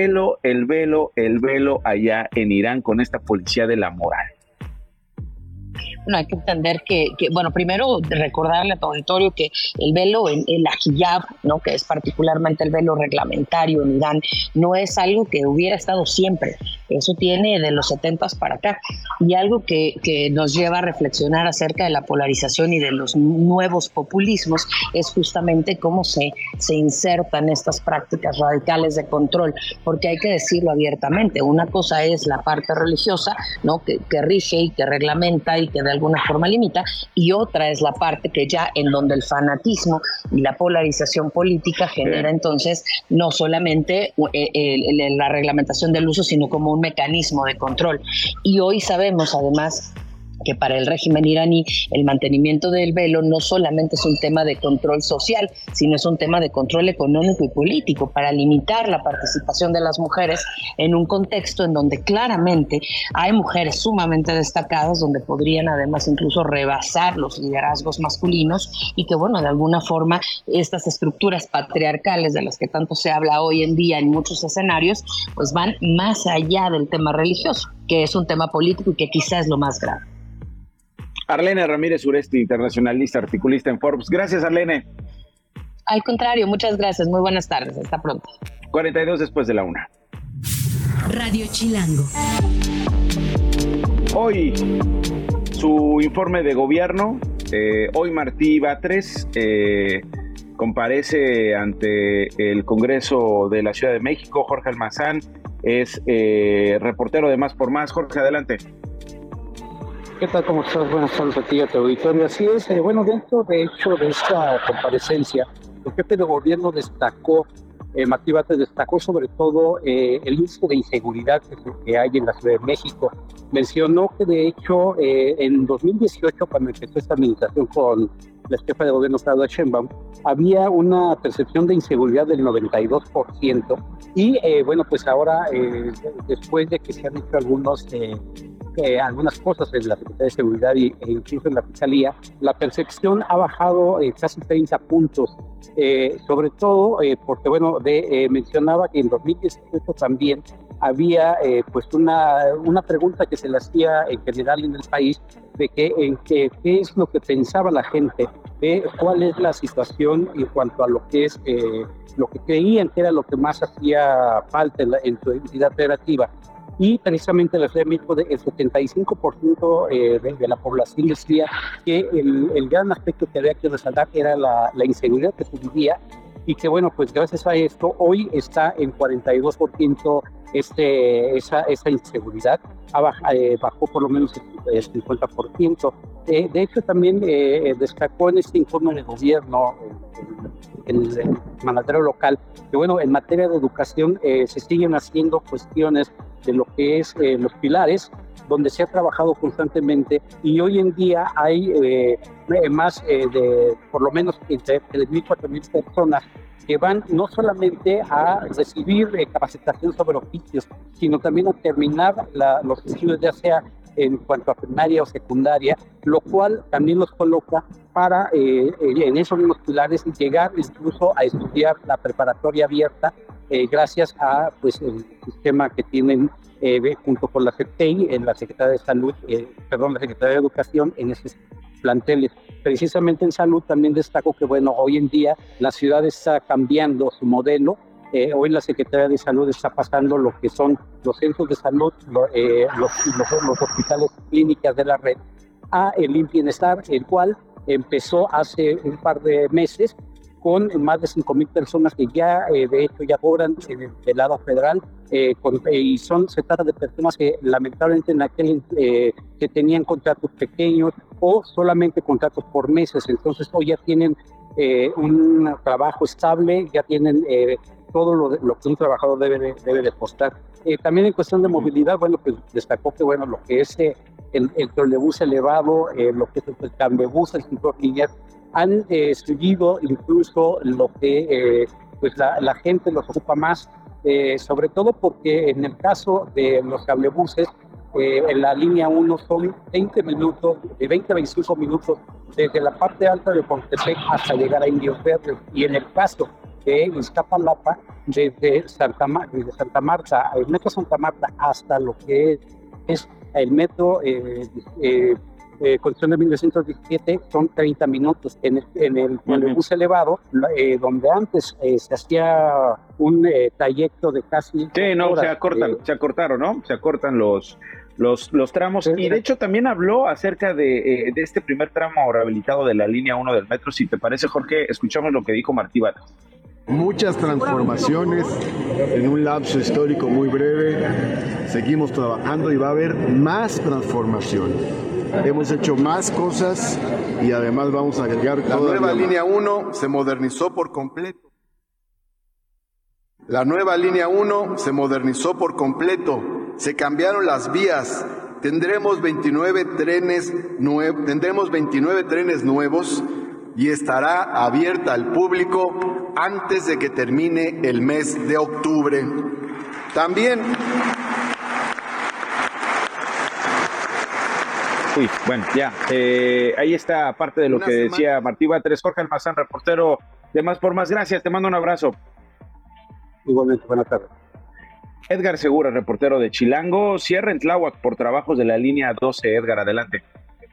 allá en Irán con esta Policía de la Moral. Bueno, hay que entender que, bueno, primero recordarle a tu auditorio que el velo, el hijab, ¿no?, que es particularmente el velo reglamentario en Irán, no es algo que hubiera estado siempre. Eso tiene de los 70s para acá. Y algo que nos lleva a reflexionar acerca de la polarización y de los nuevos populismos es justamente cómo se insertan estas prácticas radicales de control. Porque hay que decirlo abiertamente, una cosa es la parte religiosa, ¿no?, que rige y que reglamenta y que de alguna forma limita, y otra es la parte que ya en donde el fanatismo y la polarización política genera entonces no solamente la reglamentación del uso, sino como un mecanismo de control. Y hoy sabemos además que para el régimen iraní el mantenimiento del velo no solamente es un tema de control social, sino es un tema de control económico y político para limitar la participación de las mujeres en un contexto en donde claramente hay mujeres sumamente destacadas, donde podrían además incluso rebasar los liderazgos masculinos, y que bueno, de alguna forma estas estructuras patriarcales de las que tanto se habla hoy en día en muchos escenarios, pues van más allá del tema religioso, que es un tema político y que quizás es lo más grave. Arlene Ramírez Uresti, internacionalista, articulista en Forbes. Gracias, Arlene. Al contrario, muchas gracias. Muy buenas tardes. Hasta pronto. 42 después de la 1. Radio Chilango. Hoy, su informe de gobierno. Hoy Martí Batres comparece ante el Congreso de la Ciudad de México. Jorge Almazán es reportero de Más por Más. Jorge, adelante. ¿Qué tal? ¿Cómo estás? Buenas tardes a ti y a tu auditorio. Así es, bueno, dentro de hecho de esta comparecencia, el jefe de gobierno destacó, Martí Batres destacó sobre todo el índice de inseguridad que hay en la Ciudad de México. Mencionó que de hecho en 2018, cuando empezó esta administración con la jefa de gobierno Claudia Sheinbaum, había una percepción de inseguridad del 92%, y bueno, pues ahora después de que se han hecho algunas cosas en la Secretaría de Seguridad e incluso en la Fiscalía, la percepción ha bajado casi 30 puntos, sobre todo porque, bueno, mencionaba que en 2018 también había pues una pregunta que se le hacía en general en el país de qué es lo que pensaba la gente, de cuál es la situación en cuanto a lo que es lo que creían que era lo que más hacía falta en su entidad operativa. Y precisamente la Ciudad de México, el 75% de la población decía que el gran aspecto que había que resaltar era la inseguridad que se vivía, y que bueno, pues gracias a esto hoy está en 42% esa inseguridad, bajó por lo menos el 50%. De hecho también destacó en este informe de gobierno el mandatario local que bueno, en materia de educación se siguen haciendo cuestiones de lo que es los pilares, donde se ha trabajado constantemente, y hoy en día hay más de por lo menos entre 3.000 y 4.000 personas que van no solamente a recibir capacitación sobre oficios, sino también a terminar los estudios, ya sea en cuanto a primaria o secundaria, lo cual también los coloca para en esos mismos pilares llegar incluso a estudiar la preparatoria abierta, gracias a pues el sistema que tienen junto con la CEPTEI, en la Secretaría de Salud, la Secretaría de Educación, en esos planteles. Precisamente en salud también destaco que bueno, hoy en día la ciudad está cambiando su modelo. Hoy la Secretaría de Salud está pasando lo que son los centros de salud, los hospitales, clínicas de la red, a el IMSS Bienestar, el cual empezó hace un par de meses con más de 5,000 personas que ya, de hecho, ya cobran del lado federal, y se trata de personas que lamentablemente en aquel que tenían contratos pequeños o solamente contratos por meses, entonces hoy ya tienen un trabajo estable, ya tienen todo lo que un trabajador debe de costar. También en cuestión de movilidad, bueno, pues destacó que bueno, lo que es el trolebús elevado, lo que es el cambebús, el cinturón lineal, han seguido incluso lo que pues la gente los ocupa más, sobre todo porque en el caso de los cablebuses, en la línea 1 son 20 minutos, de 20 a 25 minutos desde la parte alta de Pontepec hasta llegar a Indios Verdes, y en el caso de Iztapalapa, desde Santa Marta, el metro Santa Marta hasta lo que es el metro construcción de 1917, son 30 minutos. En el bus elevado, donde antes se hacía un trayecto de casi... Sí, no, horas, se acortaron, ¿no? Se acortan los tramos, y de hecho también habló acerca de este primer tramo rehabilitado de la línea 1 del metro. Si te parece, Jorge, escuchamos lo que dijo Martí Batres. Muchas transformaciones en un lapso histórico muy breve. Seguimos trabajando y va a haber más transformación. Hemos hecho más cosas y además vamos a agregar la nueva línea 1 se modernizó por completo. La nueva línea 1 se modernizó por completo. Se cambiaron las vías. Tendremos 29 trenes nuevos y estará abierta al público antes de que termine el mes de octubre. También... Bueno, ya, ahí está parte de lo que decía Martí Batres. Jorge Almazán, reportero de Más por Más. Gracias, te mando un abrazo. Igualmente, buenas tardes. Edgar Segura, reportero de Chilango. Cierre en Tláhuac por trabajos de la línea 12. Edgar, adelante.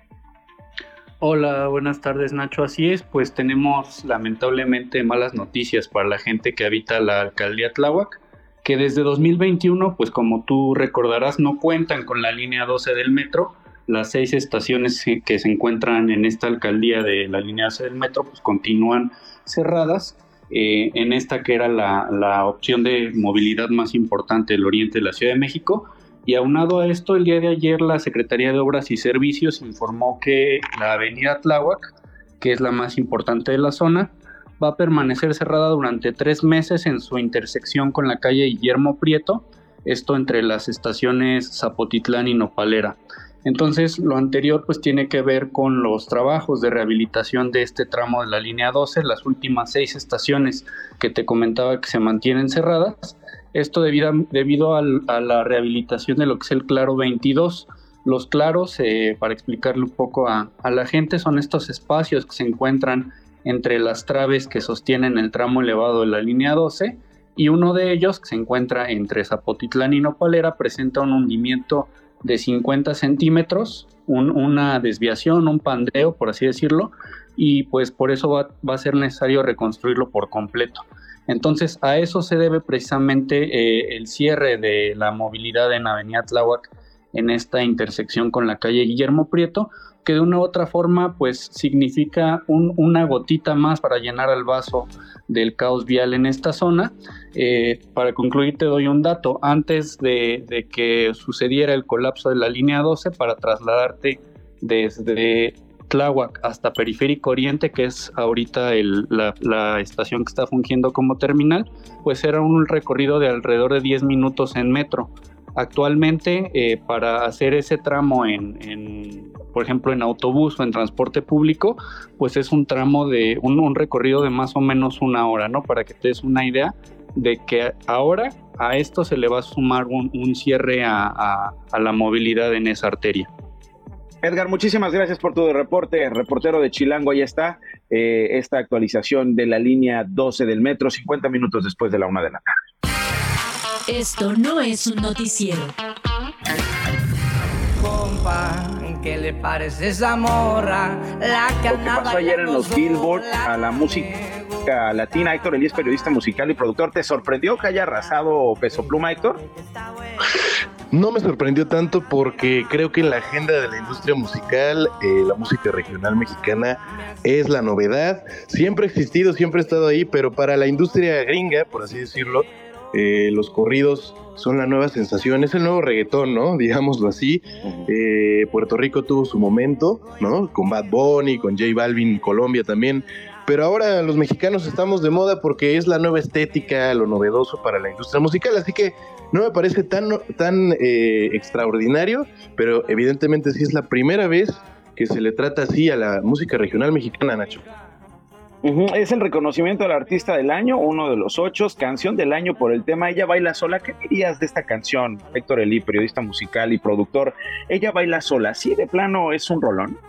Hola, buenas tardes, Nacho. Así es, pues tenemos lamentablemente malas noticias para la gente que habita la alcaldía Tláhuac, que desde 2021, pues como tú recordarás, no cuentan con la línea 12 del metro. Las 6 estaciones que se encuentran en esta alcaldía de la línea 12 del metro, pues continúan cerradas. En esta que era la opción de movilidad más importante del oriente de la Ciudad de México. Y aunado a esto, el día de ayer la Secretaría de Obras y Servicios informó que la avenida Tláhuac, que es la más importante de la zona, va a permanecer cerrada durante 3 meses en su intersección con la calle Guillermo Prieto, esto entre las estaciones Zapotitlán y Nopalera. Entonces, lo anterior pues tiene que ver con los trabajos de rehabilitación de este tramo de la línea 12, las últimas 6 estaciones que te comentaba que se mantienen cerradas. Esto debido a la rehabilitación de lo que es el Claro 22. Los claros, para explicarle un poco a la gente, son estos espacios que se encuentran entre las traves que sostienen el tramo elevado de la línea 12, y uno de ellos, que se encuentra entre Zapotitlán y Nopalera, presenta un hundimiento de 50 centímetros, una desviación, un pandeo, por así decirlo, y pues por eso va a ser necesario reconstruirlo por completo. Entonces, a eso se debe precisamente el cierre de la movilidad en Avenida Tláhuac en esta intersección con la calle Guillermo Prieto, que de una u otra forma pues significa una gotita más para llenar el vaso del caos vial en esta zona. Para concluir, te doy un dato. Antes de que sucediera el colapso de la línea 12, para trasladarte desde Tláhuac hasta Periférico Oriente, que es ahorita la estación que está fungiendo como terminal, pues era un recorrido de alrededor de 10 minutos en metro. Actualmente, para hacer ese tramo por ejemplo, en autobús o en transporte público, pues es un tramo de un recorrido de más o menos 1 hora, ¿no? Para que te des una idea de que ahora a esto se le va a sumar un cierre a la movilidad en esa arteria. Edgar, muchísimas gracias por tu reporte, reportero de Chilango. Ahí está esta actualización de la línea 12 del metro, 50 minutos después de la 1 de la tarde. Esto no es un noticiero. Compa, ¿qué le parece esa morra? Lo que pasó ayer en los Billboard a la música latina. Héctor Elías, periodista musical y productor, ¿te sorprendió que haya arrasado Peso Pluma, Héctor? no me sorprendió tanto porque creo que en la agenda de la industria musical, la música regional mexicana es la novedad. Siempre ha existido, siempre ha estado ahí, pero para la industria gringa, por así decirlo, los corridos son la nueva sensación, es el nuevo reggaetón, ¿no? Digámoslo así. Puerto Rico tuvo su momento, ¿no? Con Bad Bunny, con J Balvin, Colombia también. Pero ahora los mexicanos estamos de moda porque es la nueva estética, lo novedoso para la industria musical, así que no me parece tan extraordinario, pero evidentemente sí es la primera vez que se le trata así a la música regional mexicana, Nacho. Es el reconocimiento al artista del año, uno de los 8, canción del año por el tema Ella Baila Sola. ¿Qué dirías de esta canción, Héctor Elí, periodista musical y productor? Ella Baila Sola, ¿sí de plano es un rolón?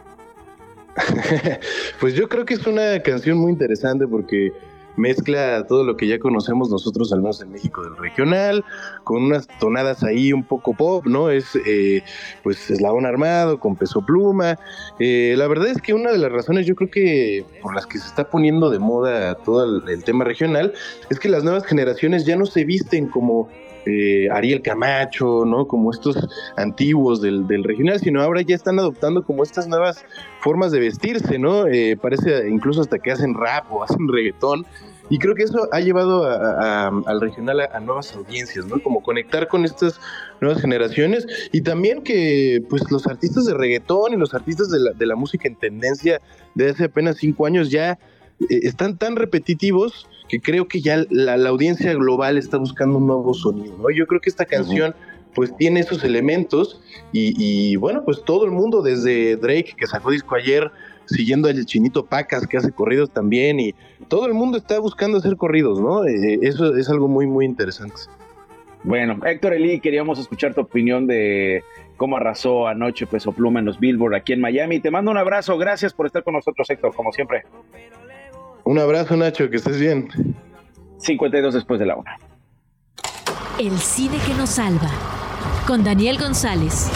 Pues yo creo que es una canción muy interesante porque mezcla todo lo que ya conocemos nosotros, al menos en México, del regional, con unas tonadas ahí un poco pop, ¿no? Es pues Eslabón Armado con Peso Pluma. La verdad es que una de las razones, yo creo que por las que se está poniendo de moda todo el tema regional, es que las nuevas generaciones ya no se visten como Ariel Camacho, ¿no? Como estos antiguos del regional, sino ahora ya están adoptando como estas nuevas formas de vestirse, ¿no? Parece incluso hasta que hacen rap o hacen reggaetón, y creo que eso ha llevado al regional a nuevas audiencias, ¿no? Como conectar con estas nuevas generaciones, y también que pues los artistas de reggaetón y los artistas de la música en tendencia de hace apenas 5 años ya están tan repetitivos que creo que ya la audiencia global está buscando un nuevo sonido, ¿no? Yo creo que esta canción pues tiene esos elementos y bueno, pues todo el mundo, desde Drake, que sacó disco ayer, siguiendo al Chinito Pacas, que hace corridos también, y todo el mundo está buscando hacer corridos, ¿no? Eso es algo muy, muy interesante. Bueno, Héctor Elí, queríamos escuchar tu opinión de cómo arrasó anoche Peso Pluma en los Billboard aquí en Miami. Te mando un abrazo, gracias por estar con nosotros, Héctor, como siempre. Un abrazo, Nacho, que estés bien. 52 después de la 1. El cine que nos salva, con Daniel González.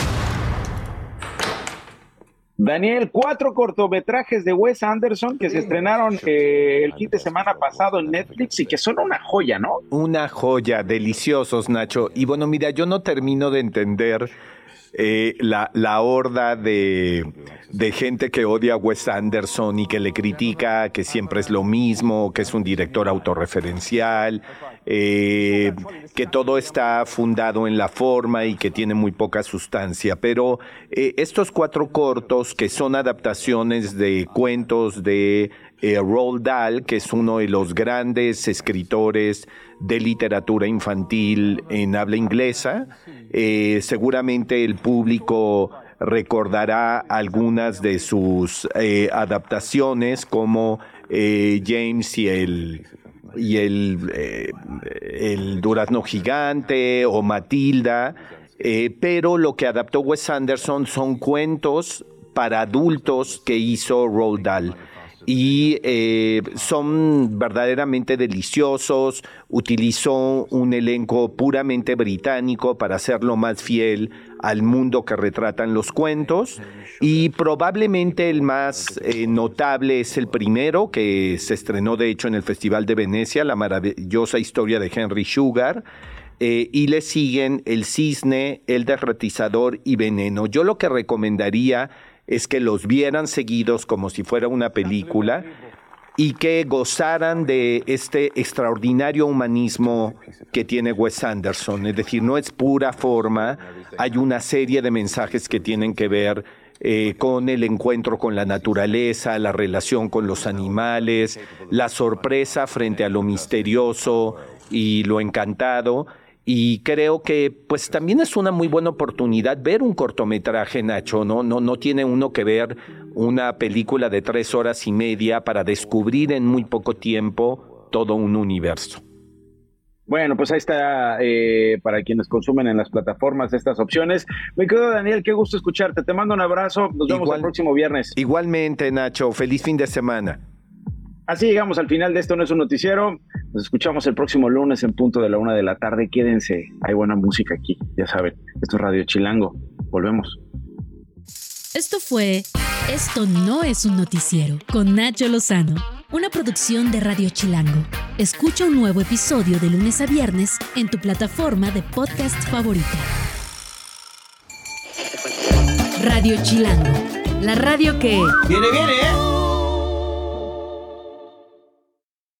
Daniel, 4 cortometrajes de Wes Anderson que se estrenaron el fin de semana pasado en Netflix y que son una joya, ¿no? Una joya, deliciosos, Nacho. Y bueno, mira, yo no termino de entender la horda de gente que odia a Wes Anderson y que le critica que siempre es lo mismo, que es un director autorreferencial, que todo está fundado en la forma y que tiene muy poca sustancia. Pero estos 4 cortos, que son adaptaciones de cuentos de Roald Dahl, que es uno de los grandes escritores de literatura infantil en habla inglesa, seguramente el público recordará algunas de sus adaptaciones, como James y el durazno gigante, o Matilda, pero lo que adaptó Wes Anderson son cuentos para adultos que hizo Roald Dahl. Y son verdaderamente deliciosos. Utilizó un elenco puramente británico para hacerlo más fiel al mundo que retratan los cuentos, y probablemente el más notable es el primero, que se estrenó de hecho en el Festival de Venecia, La maravillosa historia de Henry Sugar, y le siguen El Cisne, El Derretizador y Veneno. Yo lo que recomendaría es que los vieran seguidos como si fuera una película y que gozaran de este extraordinario humanismo que tiene Wes Anderson. Es decir, no es pura forma, hay una serie de mensajes que tienen que ver con el encuentro con la naturaleza, la relación con los animales, la sorpresa frente a lo misterioso y lo encantado. Y creo que pues también es una muy buena oportunidad ver un cortometraje, Nacho. No tiene uno que ver una película de 3 horas y media para descubrir en muy poco tiempo todo un universo. Bueno, pues ahí está para quienes consumen en las plataformas estas opciones. Me quedo, Daniel, qué gusto escucharte. Te mando un abrazo. Nos vemos el próximo viernes. Igualmente, Nacho. Feliz fin de semana. Así llegamos al final de Esto No Es un Noticiero. Nos escuchamos el próximo lunes en punto de la 1 de la tarde. Quédense, hay buena música aquí, ya saben. Esto es Radio Chilango. Volvemos. Esto fue Esto No Es un Noticiero, con Nacho Lozano, una producción de Radio Chilango. Escucha un nuevo episodio de lunes a viernes en tu plataforma de podcast favorita. Radio Chilango, la radio que... ¡Viene, viene!